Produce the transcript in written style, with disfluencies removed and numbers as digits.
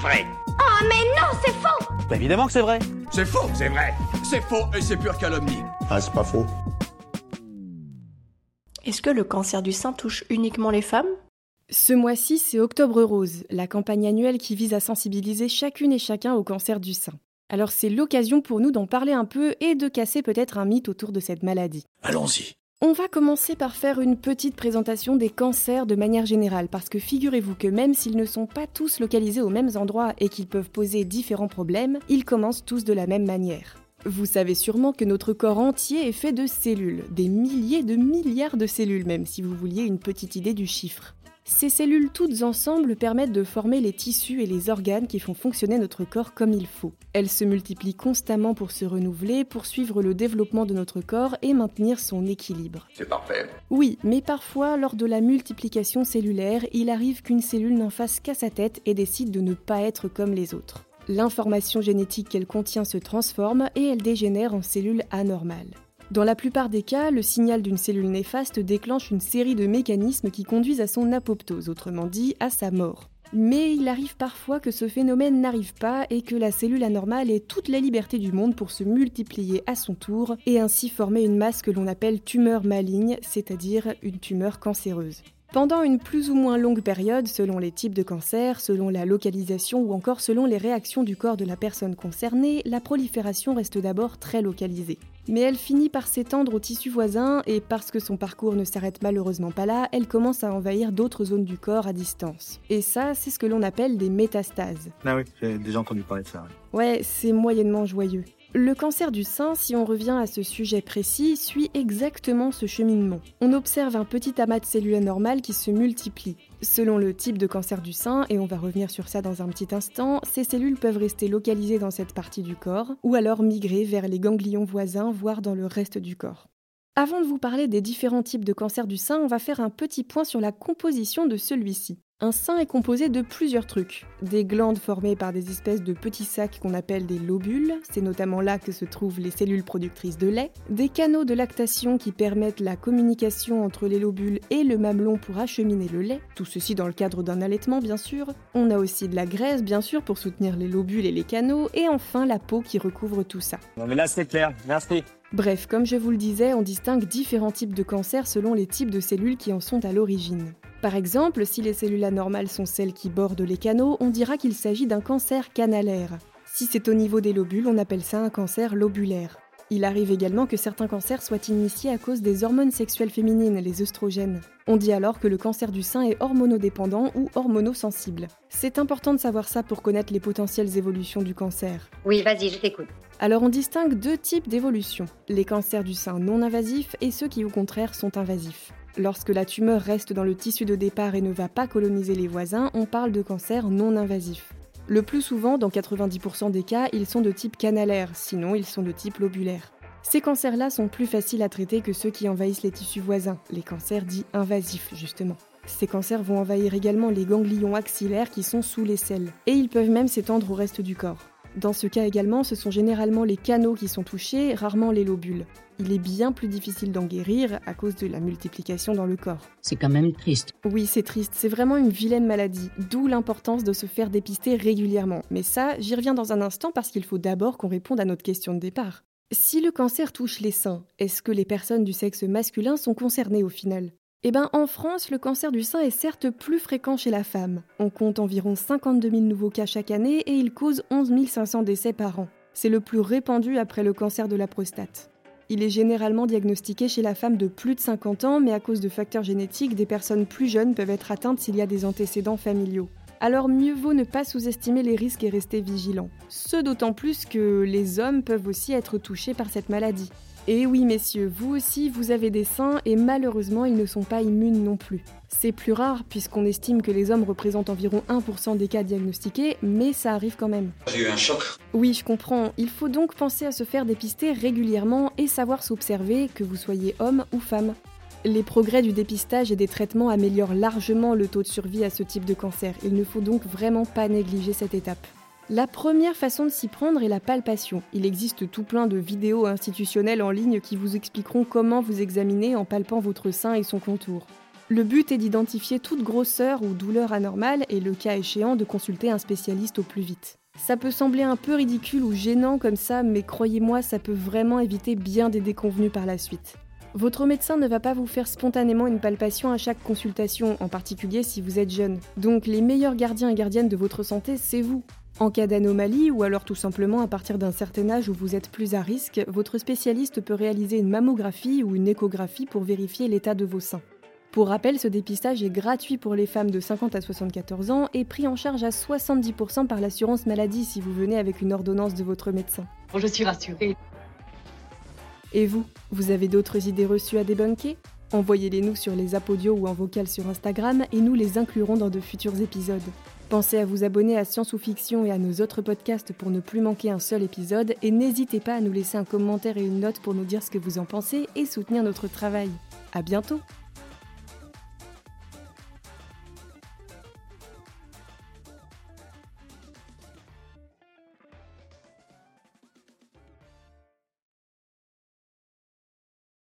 vrai. Oh mais non, c'est faux. Bah évidemment que c'est vrai. C'est faux, c'est vrai. C'est faux et c'est pure calomnie. Ah, c'est pas faux. Est-ce que le cancer du sein touche uniquement les femmes ? Ce mois-ci, c'est Octobre Rose, la campagne annuelle qui vise à sensibiliser chacune et chacun au cancer du sein. Alors c'est l'occasion pour nous d'en parler un peu et de casser peut-être un mythe autour de cette maladie. Allons-y. On va commencer par faire une petite présentation des cancers de manière générale, parce que figurez-vous que même s'ils ne sont pas tous localisés aux mêmes endroits et qu'ils peuvent poser différents problèmes, ils commencent tous de la même manière. Vous savez sûrement que notre corps entier est fait de cellules, des milliers de milliards de cellules même, si vous vouliez une petite idée du chiffre. Ces cellules toutes ensemble permettent de former les tissus et les organes qui font fonctionner notre corps comme il faut. Elles se multiplient constamment pour se renouveler, pour suivre le développement de notre corps et maintenir son équilibre. C'est parfait. Oui, mais parfois, lors de la multiplication cellulaire, il arrive qu'une cellule n'en fasse qu'à sa tête et décide de ne pas être comme les autres. L'information génétique qu'elle contient se transforme et elle dégénère en cellules anormales. Dans la plupart des cas, le signal d'une cellule néfaste déclenche une série de mécanismes qui conduisent à son apoptose, autrement dit à sa mort. Mais il arrive parfois que ce phénomène n'arrive pas et que la cellule anormale ait toute la liberté du monde pour se multiplier à son tour et ainsi former une masse que l'on appelle tumeur maligne, c'est-à-dire une tumeur cancéreuse. Pendant une plus ou moins longue période, selon les types de cancer, selon la localisation ou encore selon les réactions du corps de la personne concernée, la prolifération reste d'abord très localisée. Mais elle finit par s'étendre aux tissus voisins et parce que son parcours ne s'arrête malheureusement pas là, elle commence à envahir d'autres zones du corps à distance. Et ça, c'est ce que l'on appelle des métastases. Ah oui, j'ai déjà entendu parler de ça. Ouais, c'est moyennement joyeux. Le cancer du sein, si on revient à ce sujet précis, suit exactement ce cheminement. On observe un petit amas de cellules anormales qui se multiplient. Selon le type de cancer du sein, et on va revenir sur ça dans un petit instant, ces cellules peuvent rester localisées dans cette partie du corps, ou alors migrer vers les ganglions voisins, voire dans le reste du corps. Avant de vous parler des différents types de cancer du sein, on va faire un petit point sur la composition de celui-ci. Un sein est composé de plusieurs trucs. Des glandes formées par des espèces de petits sacs qu'on appelle des lobules, c'est notamment là que se trouvent les cellules productrices de lait. Des canaux de lactation qui permettent la communication entre les lobules et le mamelon pour acheminer le lait. Tout ceci dans le cadre d'un allaitement bien sûr. On a aussi de la graisse bien sûr pour soutenir les lobules et les canaux. Et enfin la peau qui recouvre tout ça. Non mais là c'est clair, merci. Bref, comme je vous le disais, on distingue différents types de cancers selon les types de cellules qui en sont à l'origine. Par exemple, si les cellules anormales sont celles qui bordent les canaux, on dira qu'il s'agit d'un cancer canalaire. Si c'est au niveau des lobules, on appelle ça un cancer lobulaire. Il arrive également que certains cancers soient initiés à cause des hormones sexuelles féminines, les œstrogènes. On dit alors que le cancer du sein est hormonodépendant ou hormonosensible. C'est important de savoir ça pour connaître les potentielles évolutions du cancer. Oui, vas-y, je t'écoute. Alors on distingue deux types d'évolutions, les cancers du sein non invasifs et ceux qui au contraire sont invasifs. Lorsque la tumeur reste dans le tissu de départ et ne va pas coloniser les voisins, on parle de cancer non invasif. Le plus souvent, dans 90% des cas, ils sont de type canalaire, sinon ils sont de type lobulaire. Ces cancers-là sont plus faciles à traiter que ceux qui envahissent les tissus voisins, les cancers dits invasifs justement. Ces cancers vont envahir également les ganglions axillaires qui sont sous l'aisselle, et ils peuvent même s'étendre au reste du corps. Dans ce cas également, ce sont généralement les canaux qui sont touchés, rarement les lobules. Il est bien plus difficile d'en guérir à cause de la multiplication dans le corps. C'est quand même triste. Oui, c'est triste, c'est vraiment une vilaine maladie, d'où l'importance de se faire dépister régulièrement. Mais ça, j'y reviens dans un instant parce qu'il faut d'abord qu'on réponde à notre question de départ. Si le cancer touche les seins, est-ce que les personnes du sexe masculin sont concernées au final ? Eh bien, en France, le cancer du sein est certes plus fréquent chez la femme. On compte environ 52 000 nouveaux cas chaque année et il cause 11 500 décès par an. C'est le plus répandu après le cancer de la prostate. Il est généralement diagnostiqué chez la femme de plus de 50 ans, mais à cause de facteurs génétiques, des personnes plus jeunes peuvent être atteintes s'il y a des antécédents familiaux. Alors mieux vaut ne pas sous-estimer les risques et rester vigilant. Ce d'autant plus que les hommes peuvent aussi être touchés par cette maladie. Et oui messieurs, vous aussi vous avez des seins et malheureusement ils ne sont pas immunes non plus. C'est plus rare puisqu'on estime que les hommes représentent environ 1% des cas diagnostiqués, mais ça arrive quand même. J'ai eu un choc. Oui, je comprends. Il faut donc penser à se faire dépister régulièrement et savoir s'observer, que vous soyez homme ou femme. Les progrès du dépistage et des traitements améliorent largement le taux de survie à ce type de cancer. Il ne faut donc vraiment pas négliger cette étape. La première façon de s'y prendre est la palpation. Il existe tout plein de vidéos institutionnelles en ligne qui vous expliqueront comment vous examiner en palpant votre sein et son contour. Le but est d'identifier toute grosseur ou douleur anormale et le cas échéant de consulter un spécialiste au plus vite. Ça peut sembler un peu ridicule ou gênant comme ça, mais croyez-moi, ça peut vraiment éviter bien des déconvenues par la suite. Votre médecin ne va pas vous faire spontanément une palpation à chaque consultation, en particulier si vous êtes jeune. Donc les meilleurs gardiens et gardiennes de votre santé, c'est vous. En cas d'anomalie, ou alors tout simplement à partir d'un certain âge où vous êtes plus à risque, votre spécialiste peut réaliser une mammographie ou une échographie pour vérifier l'état de vos seins. Pour rappel, ce dépistage est gratuit pour les femmes de 50 à 74 ans et pris en charge à 70% par l'assurance maladie si vous venez avec une ordonnance de votre médecin. Bon, je suis rassurée. Et vous avez d'autres idées reçues à débunker ? Envoyez-les nous sur les apps audio ou en vocal sur Instagram et nous les inclurons dans de futurs épisodes. Pensez à vous abonner à Science ou Fiction et à nos autres podcasts pour ne plus manquer un seul épisode et n'hésitez pas à nous laisser un commentaire et une note pour nous dire ce que vous en pensez et soutenir notre travail. À bientôt !